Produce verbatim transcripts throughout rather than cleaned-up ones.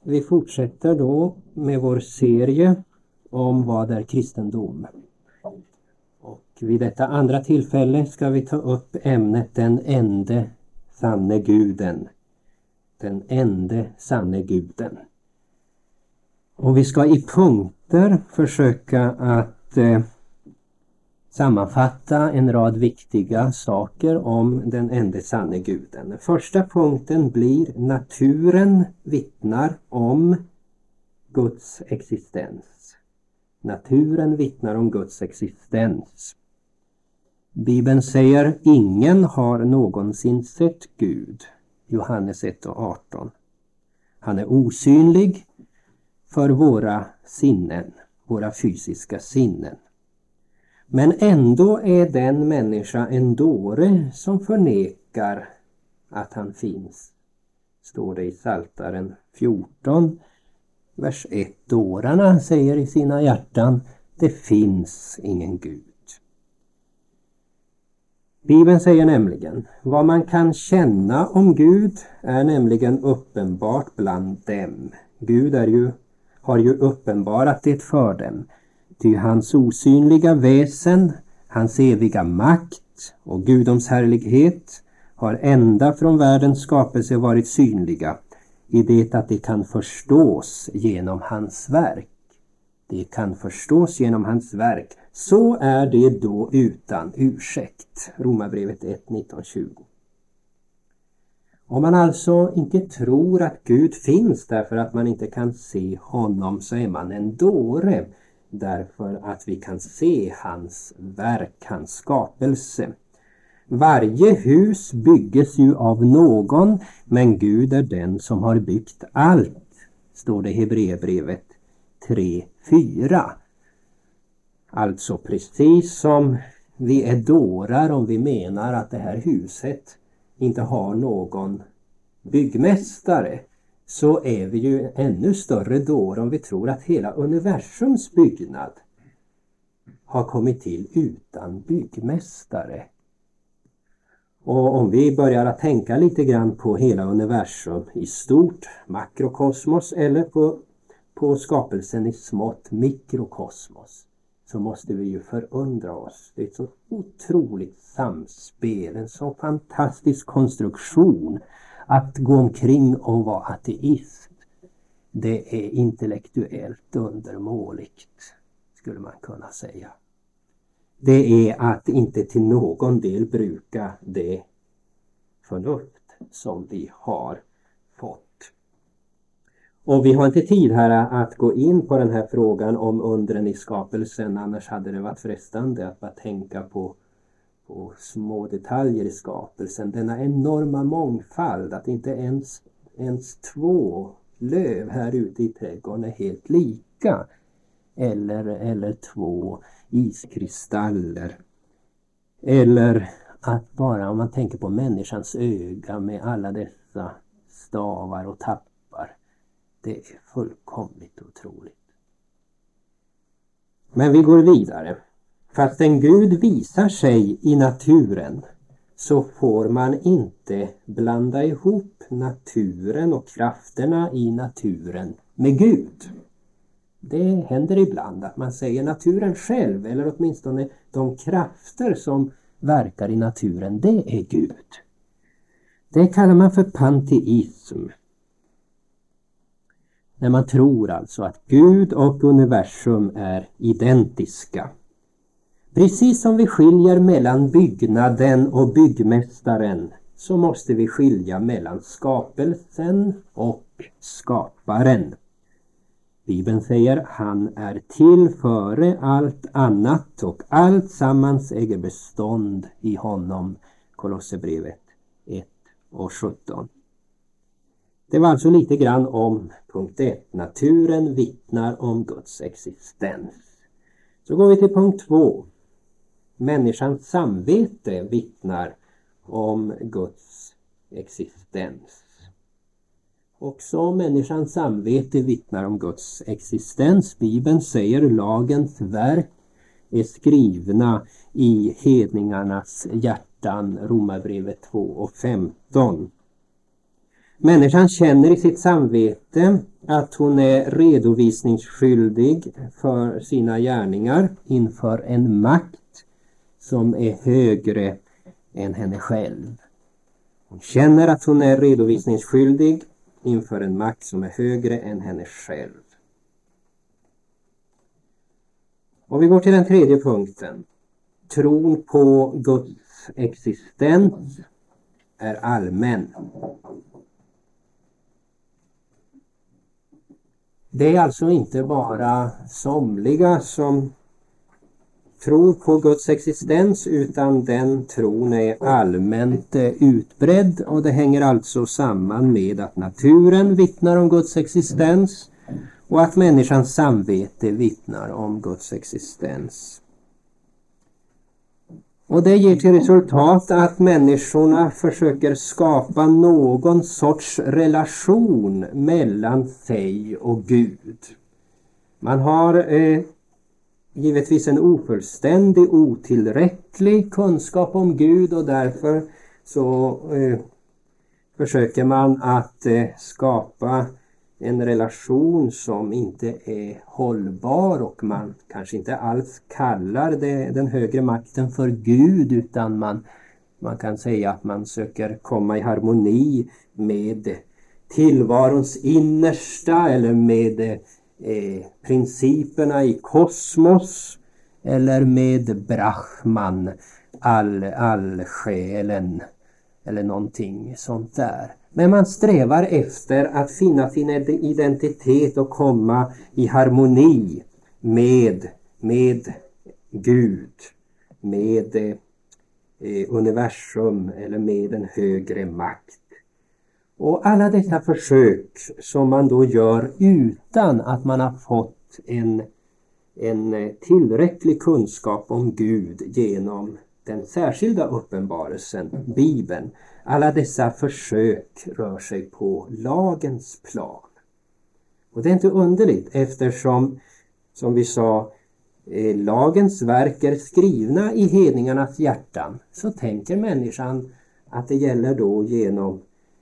Vi fortsätter då med vår serie om vad är kristendom. Och vid detta andra tillfälle ska vi ta upp ämnet den ende sanne guden. Den ende sanne guden. Och vi ska i punkter försöka att eh, sammanfatta en rad viktiga saker om den ende sanne guden. Den första punkten blir naturen vittnar om Guds existens. Naturen vittnar om Guds existens. Bibeln säger ingen har någonsin sett Gud. Johannes ett och arton. Han är osynlig för våra sinnen, våra fysiska sinnen. Men ändå är den människa en dåre som förnekar att han finns. Står det i Psaltaren fjorton, vers ett. Dårarna säger i sina hjärtan, det finns ingen Gud. Bibeln säger nämligen, vad man kan känna om Gud är nämligen uppenbart bland dem. Gud är ju, har ju uppenbarat det för dem. Ty hans osynliga väsen, hans eviga makt och Guddoms härlighet har ända från världens skapelse varit synliga i det att det kan förstås genom hans verk. Det kan förstås genom hans verk. Så är det då utan ursäkt. Romarbrevet ett, nitton, tjugo. Om man alltså inte tror att Gud finns därför att man inte kan se honom, så är man en dåre. Därför att vi kan se hans verk, hans skapelse. Varje hus bygges ju av någon, men Gud är den som har byggt allt, står det i Hebreerbrevet tre, fyra. Alltså precis som vi är dårar om vi menar att det här huset inte har någon byggmästare, så är vi ju ännu större dårar om vi tror att hela universums byggnad har kommit till utan byggmästare. Och om vi börjar att tänka lite grann på hela universum i stort, makrokosmos, eller på, på skapelsen i smått, mikrokosmos, så måste vi ju förundra oss. Det är ett så otroligt samspel, en så fantastisk konstruktion. Att gå omkring och vara ateist, det är intellektuellt undermåligt, skulle man kunna säga. Det är att inte till någon del bruka det förnuft som vi har fått. Och vi har inte tid här att gå in på den här frågan om undren i skapelsen, annars hade det varit frestande att bara tänka på och små detaljer i skapelsen. Denna enorma mångfald, att inte ens, ens två löv här ute i trädgården är helt lika. Eller, eller två iskristaller. Eller att bara om man tänker på människans öga med alla dessa stavar och tappar. Det är fullkomligt otroligt. Men vi går vidare. Fast en Gud visar sig i naturen, så får man inte blanda ihop naturen och krafterna i naturen med Gud. Det händer ibland att man säger naturen själv, eller åtminstone de krafter som verkar i naturen, det är Gud. Det kallar man för panteism. När man tror alltså att Gud och universum är identiska. Precis som vi skiljer mellan byggnaden och byggmästaren, så måste vi skilja mellan skapelsen och skaparen. Bibeln säger han är till före allt annat och allt sammans äger bestånd i honom. Kolosserbrevet ett och sjutton. Det var alltså lite grann om punkt ett. Naturen vittnar om Guds existens. Så går vi till punkt två. Människans samvete vittnar om Guds existens. Också människans samvete vittnar om Guds existens. Bibeln säger lagens verk är skrivna i hedningarnas hjärtan. Romarbrevet två och femton. Människan känner i sitt samvete att hon är redovisningsskyldig för sina gärningar inför en makt som är högre än henne själv. Hon känner att hon är redovisningsskyldig inför en makt som är högre än henne själv. Och vi går till den tredje punkten. Tron på Guds existens är allmän. Det är alltså inte bara somliga som tror på Guds existens, utan den tron är allmänt utbredd, och det hänger alltså samman med att naturen vittnar om Guds existens och att människans samvete vittnar om Guds existens. Och det ger till resultat att människorna försöker skapa någon sorts relation mellan sig och Gud. Man har eh, givetvis en ofullständig, otillräcklig kunskap om Gud, och därför så eh, försöker man att eh, skapa en relation som inte är hållbar, och man kanske inte alls kallar det, den högre makten för Gud, utan man, man kan säga att man söker komma i harmoni med tillvarons innersta, eller med eh, principerna i kosmos, eller med Brahman, all, all själen, eller någonting sånt där. Men man strävar efter att finna sin identitet och komma i harmoni med, med Gud, med eh, universum, eller med en högre makt. Och alla dessa försök som man då gör utan att man har fått en, en tillräcklig kunskap om Gud genom den särskilda uppenbarelsen, Bibeln. Alla dessa försök rör sig på lagens plan. Och det är inte underligt, eftersom, som vi sa, eh, lagens verk är skrivna i hedningarnas hjärtan. Så tänker människan att det gäller då genom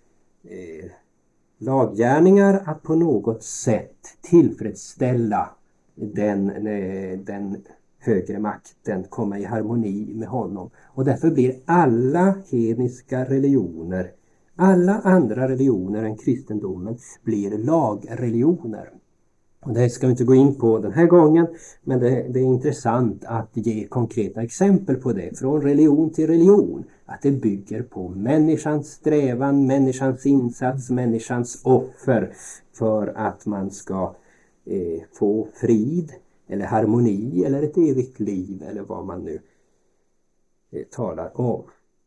eh, laggärningar att på något sätt tillfredsställa den, eh, den högre makten, komma i harmoni med honom. Och därför blir alla hedniska religioner, alla andra religioner än kristendomen, blir lagreligioner. Och det ska vi inte gå in på den här gången, men det, det är intressant att ge konkreta exempel på det, från religion till religion. Att det bygger på människans strävan, människans insats, människans offer för att man ska eh, få frid, eller harmoni, eller ett evigt liv, eller vad man nu eh, talar om.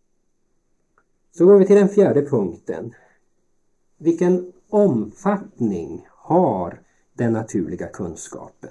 Så går vi till den fjärde punkten. Vilken omfattning har den naturliga kunskapen?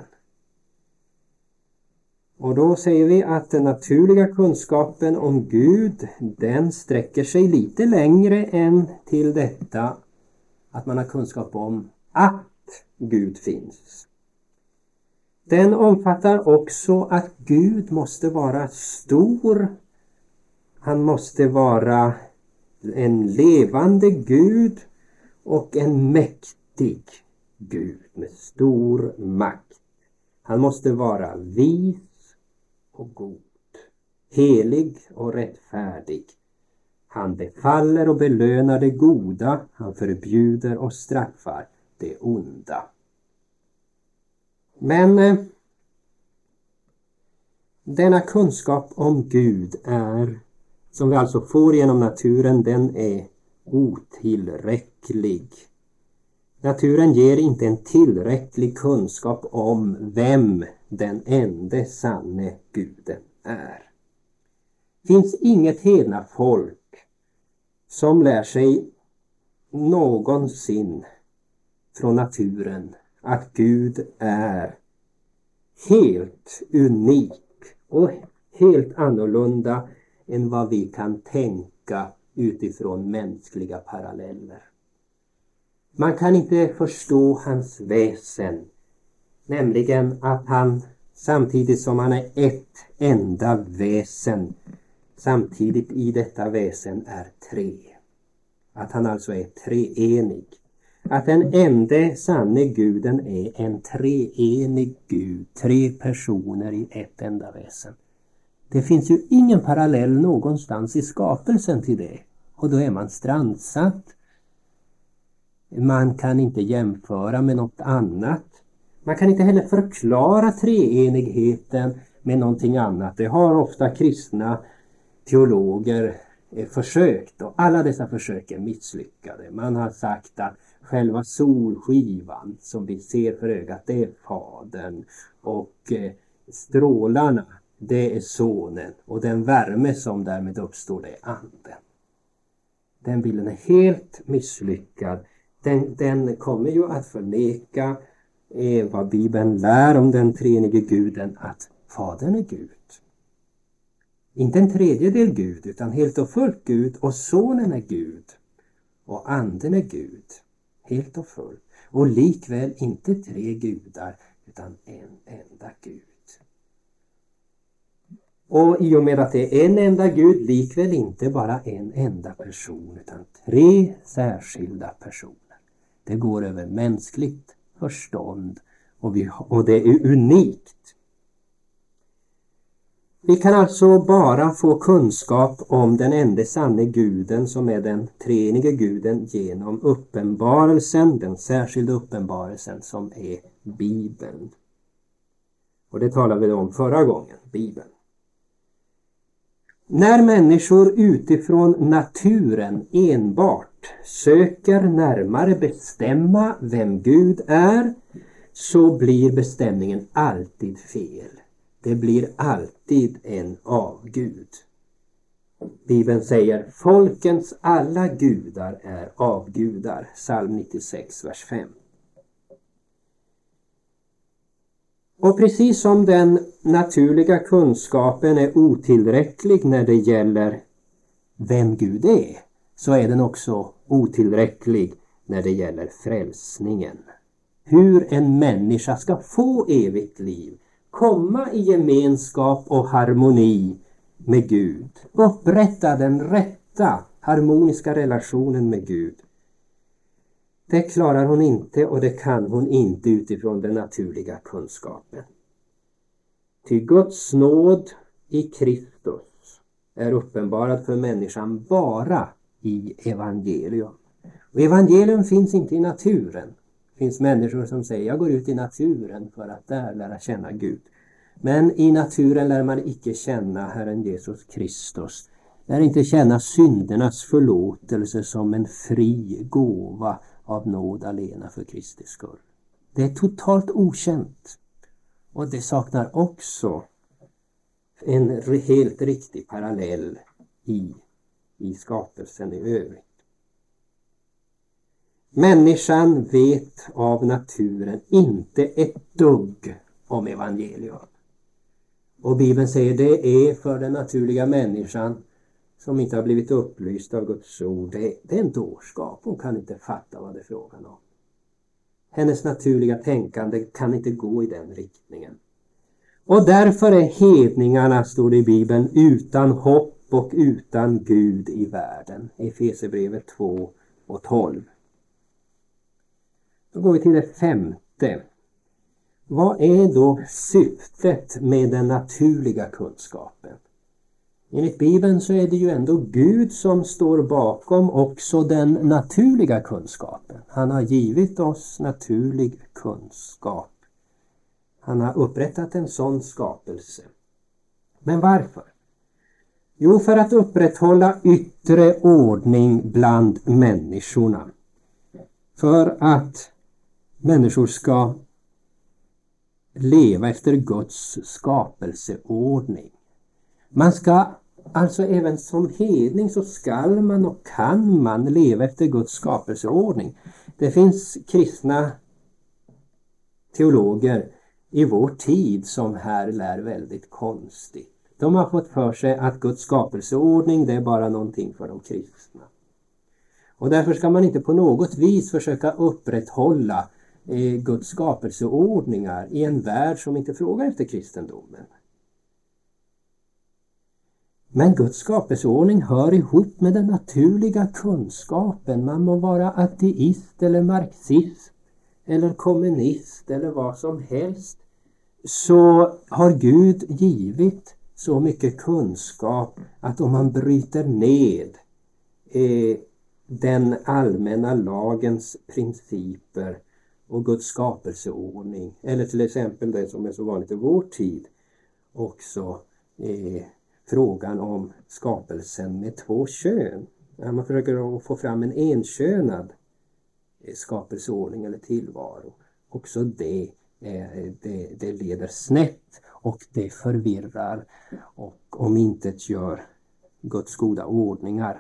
Och då säger vi att den naturliga kunskapen om Gud, den sträcker sig lite längre än till detta att man har kunskap om att Gud finns. Den omfattar också att Gud måste vara stor. Han måste vara en levande Gud och en mäktig Gud med stor makt. Han måste vara vis och god, helig och rättfärdig. Han befaller och belönar det goda, han förbjuder och straffar det onda. Men eh, denna kunskap om Gud är, som vi alltså får genom naturen, den är otillräcklig. Naturen ger inte en tillräcklig kunskap om vem den enda sanne Guden är. Det finns inget hedna folk som lär sig någonsin från naturen att Gud är helt unik och helt annorlunda än vad vi kan tänka utifrån mänskliga paralleller. Man kan inte förstå hans väsen, nämligen att han samtidigt som han är ett enda väsen, samtidigt i detta väsen är tre. att han alltså är treenig. Att den enda sanne guden är en treenig Gud, tre personer i ett enda väsen. Det finns ju ingen parallell någonstans i skapelsen till det. Och då är man strandsatt. Man kan inte jämföra med något annat. Man kan inte heller förklara treenigheten med någonting annat. Det har ofta kristna teologer försökt, och alla dessa försök är misslyckade. Man har sagt att själva solskivan som vi ser för ögat, det är Fadern, och strålarna, det är Sonen, och den värme som därmed uppstår, det är Anden. Den bilden är helt misslyckad. Den, den kommer ju att förneka eh, vad Bibeln lär om den treenige guden, att Fadern är Gud. Inte en tredjedel Gud, utan helt och fullt Gud, och Sonen är Gud, och Anden är Gud, helt och fullt. Och likväl inte tre gudar, utan en enda Gud. Och i och med att det är en enda Gud, likväl inte bara en enda person, utan tre särskilda personer. Det går över mänskligt förstånd, och, vi, och det är unikt. Vi kan alltså bara få kunskap om den enda sanne guden, som är den treenige guden, genom uppenbarelsen, den särskilda uppenbarelsen som är Bibeln. Och det talade vi om förra gången, Bibeln. När människor utifrån naturen enbart söker närmare bestämma vem Gud är, så blir bestämningen alltid fel. Det blir alltid en avgud. Bibeln säger: folkens alla gudar är avgudar. Psalm nittiosex, vers fem. Och precis som den naturliga kunskapen är otillräcklig när det gäller vem Gud är, så är den också otillräcklig när det gäller frälsningen. Hur en människa ska få evigt liv, komma i gemenskap och harmoni med Gud, upprätta den rätta harmoniska relationen med Gud. Det klarar hon inte, och det kan hon inte utifrån den naturliga kunskapen. Ty Guds nåd i Kristus är uppenbarad för människan bara i evangelium. Och evangelium finns inte i naturen. Det finns människor som säger: jag går ut i naturen för att där lära känna Gud. Men i naturen lär man icke känna Herren Jesus Kristus. Lär inte känna syndernas förlåtelse som en fri gåva av nåd alena för Kristi skull. Det är totalt okänt. Och det saknar också en helt riktig parallell i, i skapelsen i övrigt. Människan vet av naturen inte ett dugg om evangelium. Och Bibeln säger: det är för den naturliga människan som inte har blivit upplyst av Guds ord, det, det är en dårskap. Hon kan inte fatta vad det är frågan om. Hennes naturliga tänkande kan inte gå i den riktningen. Och därför är hedningarna, står det i Bibeln, utan hopp och utan Gud i världen. Efesierbrevet två och tolv. Då går vi till det femte. Vad är då syftet med den naturliga kunskapen? Enligt Bibeln så är det ju ändå Gud som står bakom också den naturliga kunskapen. Han har givit oss naturlig kunskap. Han har upprättat en sån skapelse. Men varför? Jo, för att upprätthålla yttre ordning bland människorna. För att människor ska leva efter Guds skapelseordning. Man ska alltså även som hedning, så skall man och kan man leva efter Guds skapelseordning. Det finns kristna teologer i vår tid som här lär väldigt konstigt. De har fått för sig att Guds skapelseordning, det är bara någonting för de kristna. Och därför ska man inte på något vis försöka upprätthålla eh, Guds skapelseordningar i en värld som inte frågar efter kristendomen. Men Guds skapelseordning hör ihop med den naturliga kunskapen. Man må vara ateist eller marxist eller kommunist eller vad som helst. Så har Gud givit så mycket kunskap att om man bryter ned eh, den allmänna lagens principer och Guds skapelseordning, eller till exempel det som är så vanligt i vår tid, också eh, frågan om skapelsen med två kön. Ja, man försöker få fram en enkönad skapelseordning eller tillvaro. Också det, eh, det, det leder snett och det förvirrar och omintetgör Guds goda ordningar.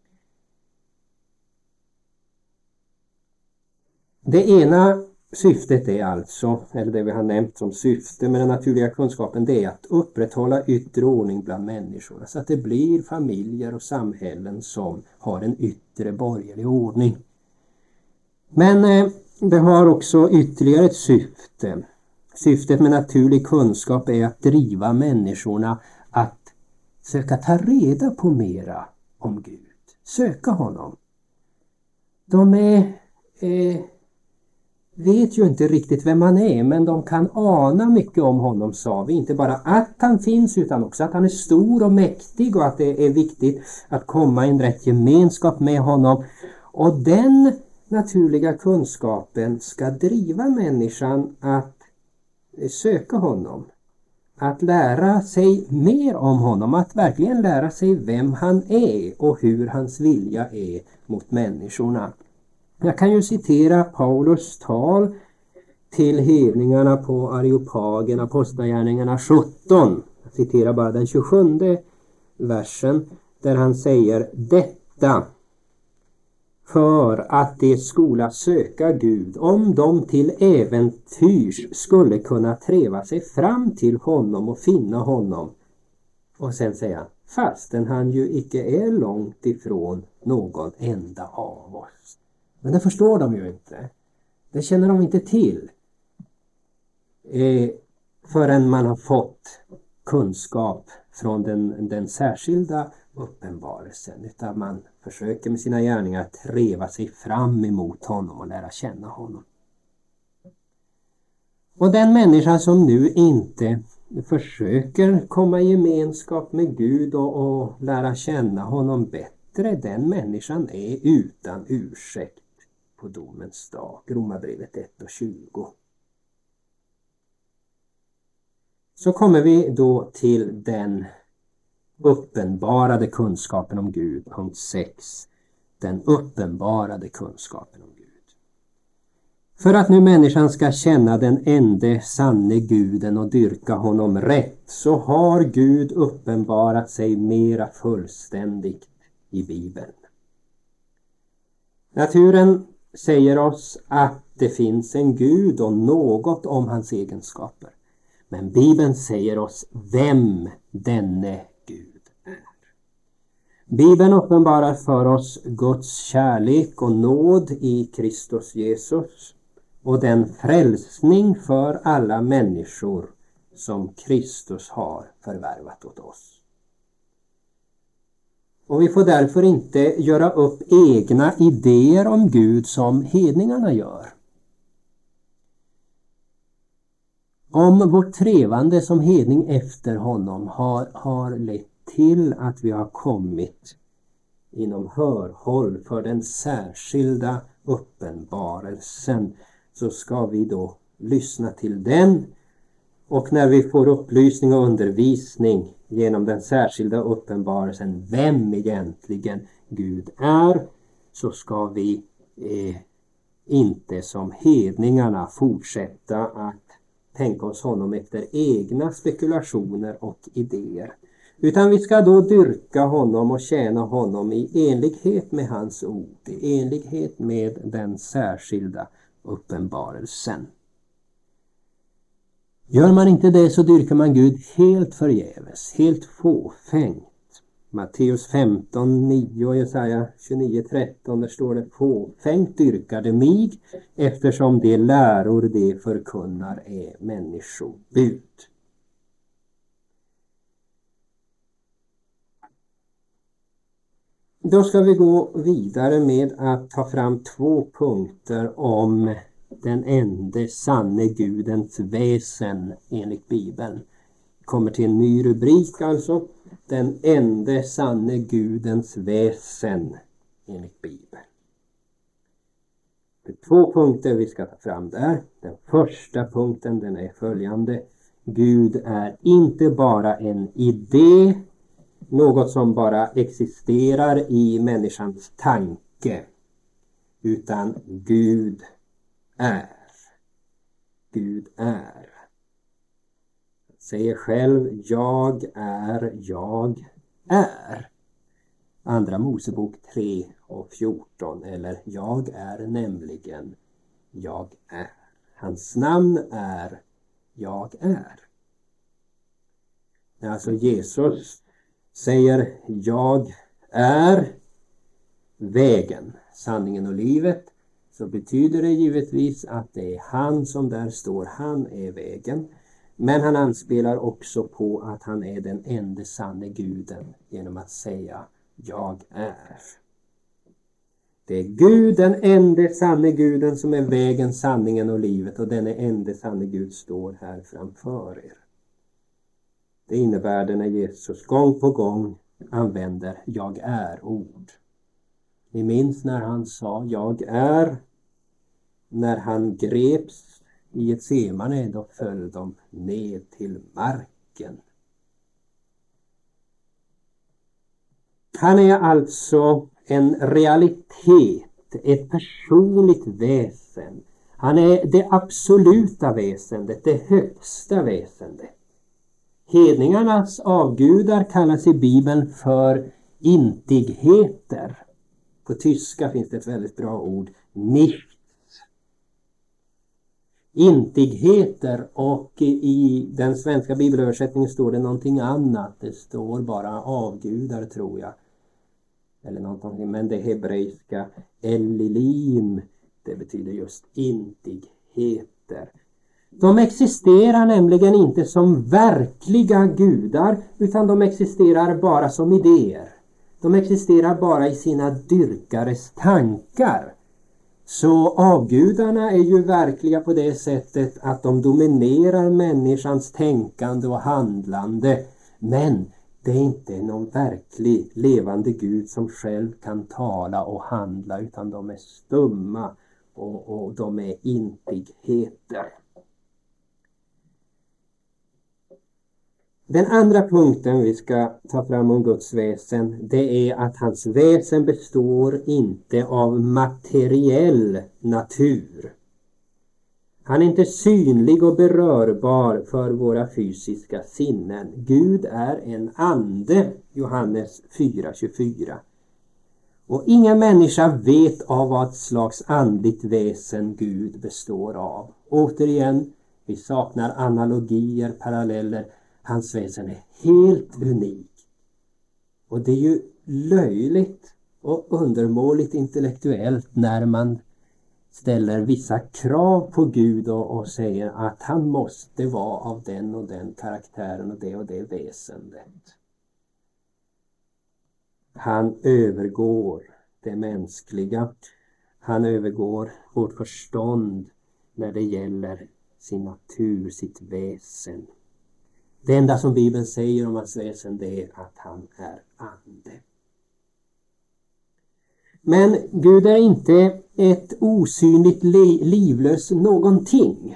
Det ena syftet är alltså, eller det vi har nämnt som syfte med den naturliga kunskapen, det är att upprätthålla yttre ordning bland människor. Så att det blir familjer och samhällen som har en yttre borgerlig ordning. Men eh, det har också ytterligare ett syfte. Syftet med naturlig kunskap är att driva människorna att söka ta reda på mera om Gud. Söka honom. De är... Eh, vet ju inte riktigt vem han är, men de kan ana mycket om honom, sa vi. Inte bara att han finns utan också att han är stor och mäktig och att det är viktigt att komma i en rätt gemenskap med honom. Och den naturliga kunskapen ska driva människan att söka honom. Att lära sig mer om honom, att verkligen lära sig vem han är och hur hans vilja är mot människorna. Jag kan ju citera Paulus tal till hedningarna på Areopagen, Apostlagärningarna sjutton. Jag citerar bara den tjugosjunde versen där han säger detta: för att de skola söka Gud, om de till äventyrs skulle kunna träva sig fram till honom och finna honom. Och sen säger han, fastän han ju icke är långt ifrån någon enda av oss. Men det förstår de ju inte. Det känner de inte till. Eh, förrän man har fått kunskap från den, den särskilda uppenbarelsen. Utan man försöker med sina gärningar treva sig fram emot honom och lära känna honom. Och den människa som nu inte försöker komma i gemenskap med Gud och, och lära känna honom bättre, den människan är utan ursäkt på domens dag. Romarbrevet ett och tjugo. Så kommer vi då till den uppenbarade kunskapen om Gud, punkt sex. Den uppenbarade kunskapen om Gud. För att nu människan ska känna den ende sanne guden och dyrka honom rätt, så har Gud uppenbarat sig mera fullständigt i Bibeln. Naturen säger oss att det finns en Gud och något om hans egenskaper. Men Bibeln säger oss vem denne Gud är. Bibeln uppenbarar för oss Guds kärlek och nåd i Kristus Jesus och den frälsning för alla människor som Kristus har förvärvat åt oss. Och vi får därför inte göra upp egna idéer om Gud som hedningarna gör. Om vårt trevande som hedning efter honom har, har lett till att vi har kommit inom hörhåll för den särskilda uppenbarelsen, så ska vi då lyssna till den. Och när vi får upplysning och undervisning genom den särskilda uppenbarelsen vem egentligen Gud är, så ska vi eh, inte som hedningarna fortsätta att tänka oss honom efter egna spekulationer och idéer. Utan vi ska då dyrka honom och tjäna honom i enlighet med hans ord, i enlighet med den särskilda uppenbarelsen. Gör man inte det så dyrkar man Gud helt förgäves, helt fåfängt. Matteus femton nio och Jesaja tjugonio tretton, där står det: fåfängt dyrkade mig, eftersom de läror de förkunnar är människobud. Då ska vi gå vidare med att ta fram två punkter om den enda sanne Gudens väsen enligt Bibeln. Kommer till en ny rubrik alltså. Den enda sanne Gudens väsen enligt Bibeln. Det är två punkter vi ska ta fram där. Den första punkten, den är följande. Gud är inte bara en idé, något som bara existerar i människans tanke, utan Gud är. Gud är. Han säger själv, jag är, jag är. Andra Mosebok tre och fjorton, eller jag är nämligen, jag är. Hans namn är, jag är. Alltså Jesus säger, jag är vägen, sanningen och livet, så betyder det givetvis att det är han som där står, han är vägen. Men han anspelar också på att han är den enda sanne guden genom att säga, jag är. Det är Gud, den enda sanne guden, som är vägen, sanningen och livet, och den enda sanne Gud står här framför er. Det innebär det när Jesus gång på gång använder jag är ord. Ni minns när han sa jag är, när han greps i ett semane, då föll de ned till marken. Han är alltså en realitet, ett personligt väsen. Han är det absoluta väsendet, det högsta väsendet. Hedningarnas avgudar kallas i Bibeln för intigheter. På tyska finns det ett väldigt bra ord, nichts. Intigheter, och i den svenska bibelöversättningen står det någonting annat. Det står bara avgudar, tror jag. Eller någonting, men det hebreiska elilim, det betyder just intigheter. De existerar nämligen inte som verkliga gudar, utan de existerar bara som idéer. De existerar bara i sina dyrkares tankar. Så avgudarna är ju verkliga på det sättet att de dominerar människans tänkande och handlande. Men det är inte någon verklig levande Gud som själv kan tala och handla, utan de är stumma och, och de är intigheter. Den andra punkten vi ska ta fram om Guds väsen, det är att hans väsen består inte av materiell natur. Han är inte synlig och berörbar för våra fysiska sinnen. Gud är en ande, Johannes fyra tjugofyra. Och ingen människa vet av vad slags andligt väsen Gud består av. Återigen, vi saknar analogier, paralleller. Hans väsen är helt unik. Och det är ju löjligt och undermåligt intellektuellt när man ställer vissa krav på Gud och, och säger att han måste vara av den och den karaktären och det och det väsendet. Han övergår det mänskliga. Han övergår vårt förstånd när det gäller sin natur, sitt väsen. Det enda som Bibeln säger om hans väsen, det är att han är ande. Men Gud är inte ett osynligt li- livlöst någonting.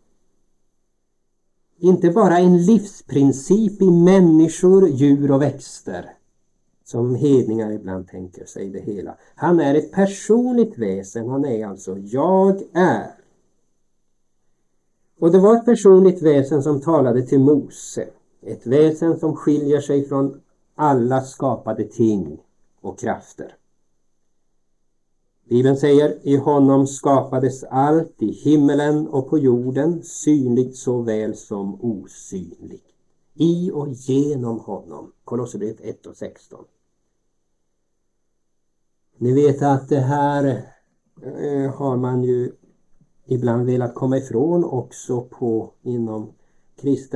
Inte bara en livsprincip i människor, djur och växter, som hedningar ibland tänker sig det hela. Han är ett personligt väsen, han är alltså jag är. Och det var ett personligt väsen som talade till Mose. Ett väsen som skiljer sig från alla skapade ting och krafter. Bibeln säger, i honom skapades allt i himmelen och på jorden, synligt såväl som osynligt. I och genom honom. Kolosserbrevet ett och sexton. Ni vet att det här eh, har man ju ibland velat komma ifrån också på inom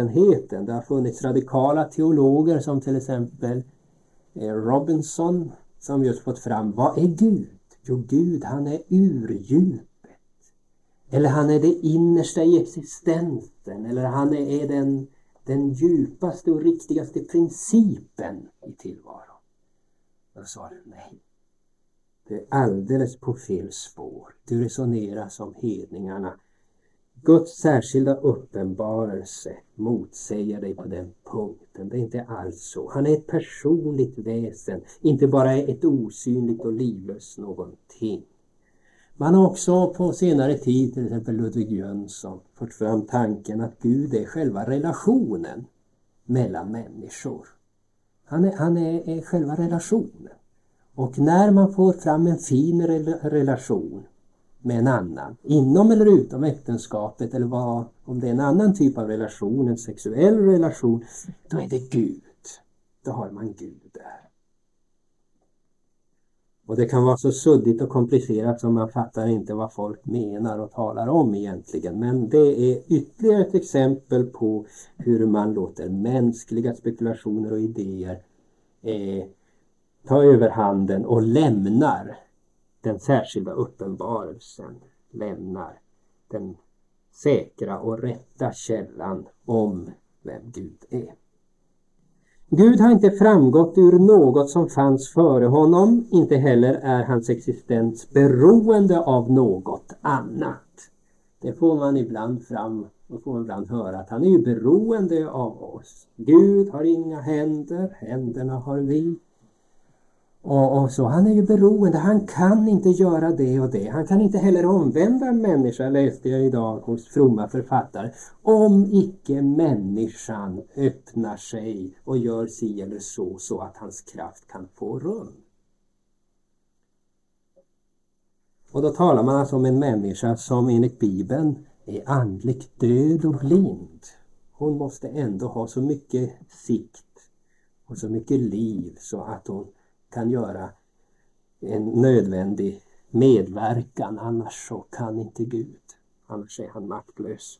kristenheten. Det har funnits radikala teologer som till exempel eh, Robinson som just fått fram, vad är Gud? Jo, Gud, han är urdjupet. Eller han är det innersta i existensen. Eller han är den, den djupaste och riktigaste principen i tillvaron. Och då sa du, nej. Det är alldeles på fel spår. Du resonerar som hedningarna. Guds särskilda uppenbarelse motsäger dig på den punkten. Det är inte alls så. Han är ett personligt väsen. Inte bara ett osynligt och livlöst någonting. Man har också på senare tid, till exempel Ludvig Jönsson, fört fram tanken att Gud är själva relationen mellan människor. Han är, han är, är själva relationen. Och när man får fram en fin re- relation med en annan, inom eller utom äktenskapet, eller vad, om det är en annan typ av relation, en sexuell relation, då är det Gud. Då har man Gud där. Och det kan vara så suddigt och komplicerat som man fattar inte vad folk menar och talar om egentligen. Men det är ytterligare ett exempel på hur man låter mänskliga spekulationer och idéer eh, ta över handen och lämnar den särskilda uppenbarelsen. Lämnar den säkra och rätta källan om vem Gud är. Gud har inte framgått ur något som fanns före honom. Inte heller är hans existens beroende av något annat. Det får man ibland fram och får man ibland höra att han är ju beroende av oss. Gud har inga händer, händerna har vi. Och, och så, han är ju beroende, han kan inte göra det och det. Han kan inte heller omvända en människa, läste jag idag hos fromma författare. Om icke människan öppnar sig och gör si eller så, så att hans kraft kan få rum. Och då talar man alltså om en människa som enligt Bibeln är andligt död och blind. Hon måste ändå ha så mycket sikt och så mycket liv så att hon kan göra en nödvändig medverkan, annars så kan inte Gud, annars är han maktlös.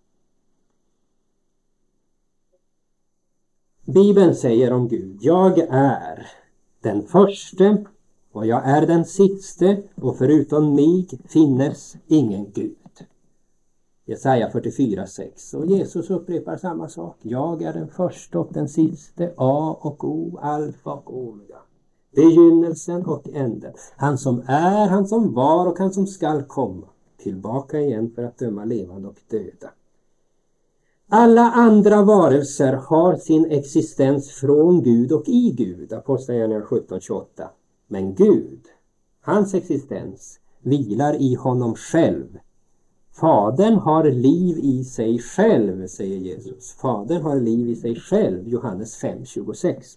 Bibeln säger om Gud, jag är den förste och jag är den siste och förutom mig finnes ingen Gud. Jesaja fyrtiofyra sex. Och Jesus upprepar samma sak. Jag är den första och den siste, A och O, alfa och omega. Begynnelsen och änden. Han som är, han som var och han som skall komma. Tillbaka igen för att döma levande och döda. Alla andra varelser har sin existens från Gud och i Gud. Apostlagärningarna sjutton tjugoåtta. Men Gud, hans existens, vilar i honom själv. Fadern har liv i sig själv, säger Jesus. Fadern har liv i sig själv, Johannes fem tjugosex.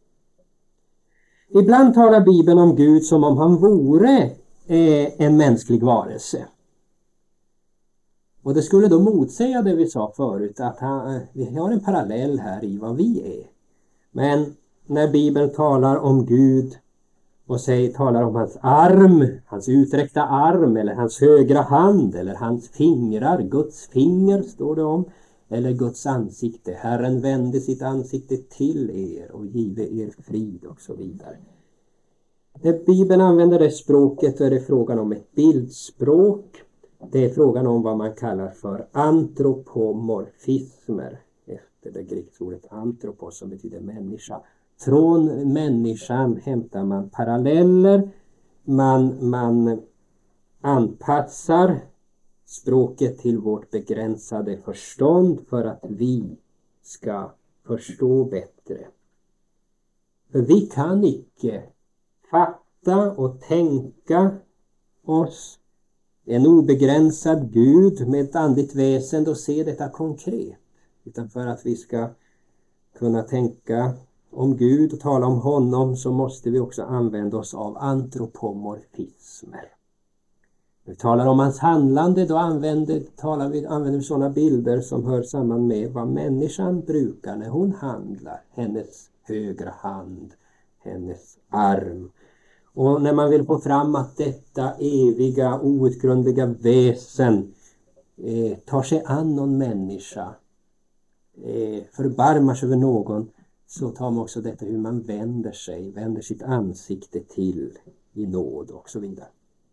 Ibland talar Bibeln om Gud som om han vore eh, en mänsklig varelse. Och det skulle då motsäga det vi sa förut, att han, vi har en parallell här i vad vi är. Men när Bibeln talar om Gud och säger, talar om hans arm, hans uträckta arm eller hans högra hand eller hans fingrar, Guds finger står det om, eller Guds ansikte. Herren vände sitt ansikte till er och give er frid och så vidare. När Bibeln använder det språket så är det frågan om ett bildspråk. Det är frågan om vad man kallar för antropomorfismer. Efter det grekiska ordet antropos som betyder människa. Från människan hämtar man paralleller. Man, man anpassar språket till vårt begränsade förstånd för att vi ska förstå bättre. För vi kan icke fatta och tänka oss en obegränsad Gud med ett andligt väsen och se detta konkret. Utan för att vi ska kunna tänka om Gud och tala om honom så måste vi också använda oss av antropomorfismer. När vi talar om hans handlande då använder, talar vi, använder vi sådana bilder som hör samman med vad människan brukar när hon handlar. Hennes högra hand, hennes arm. Och när man vill få fram att detta eviga, outgrundliga väsen eh, tar sig an någon människa, eh, förbarmar sig över någon, så tar man också detta hur man vänder sig, vänder sitt ansikte till i nåd och så vidare.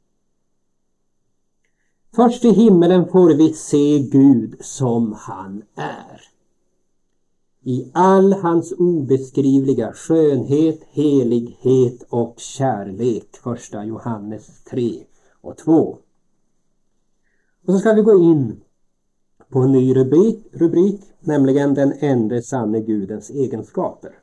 Först i himmelen får vi se Gud som han är. I all hans obeskrivliga skönhet, helighet och kärlek. Första Johannes tre och två. Och så ska vi gå in på en ny rubrik, rubrik nämligen den enda sanne Gudens egenskaper.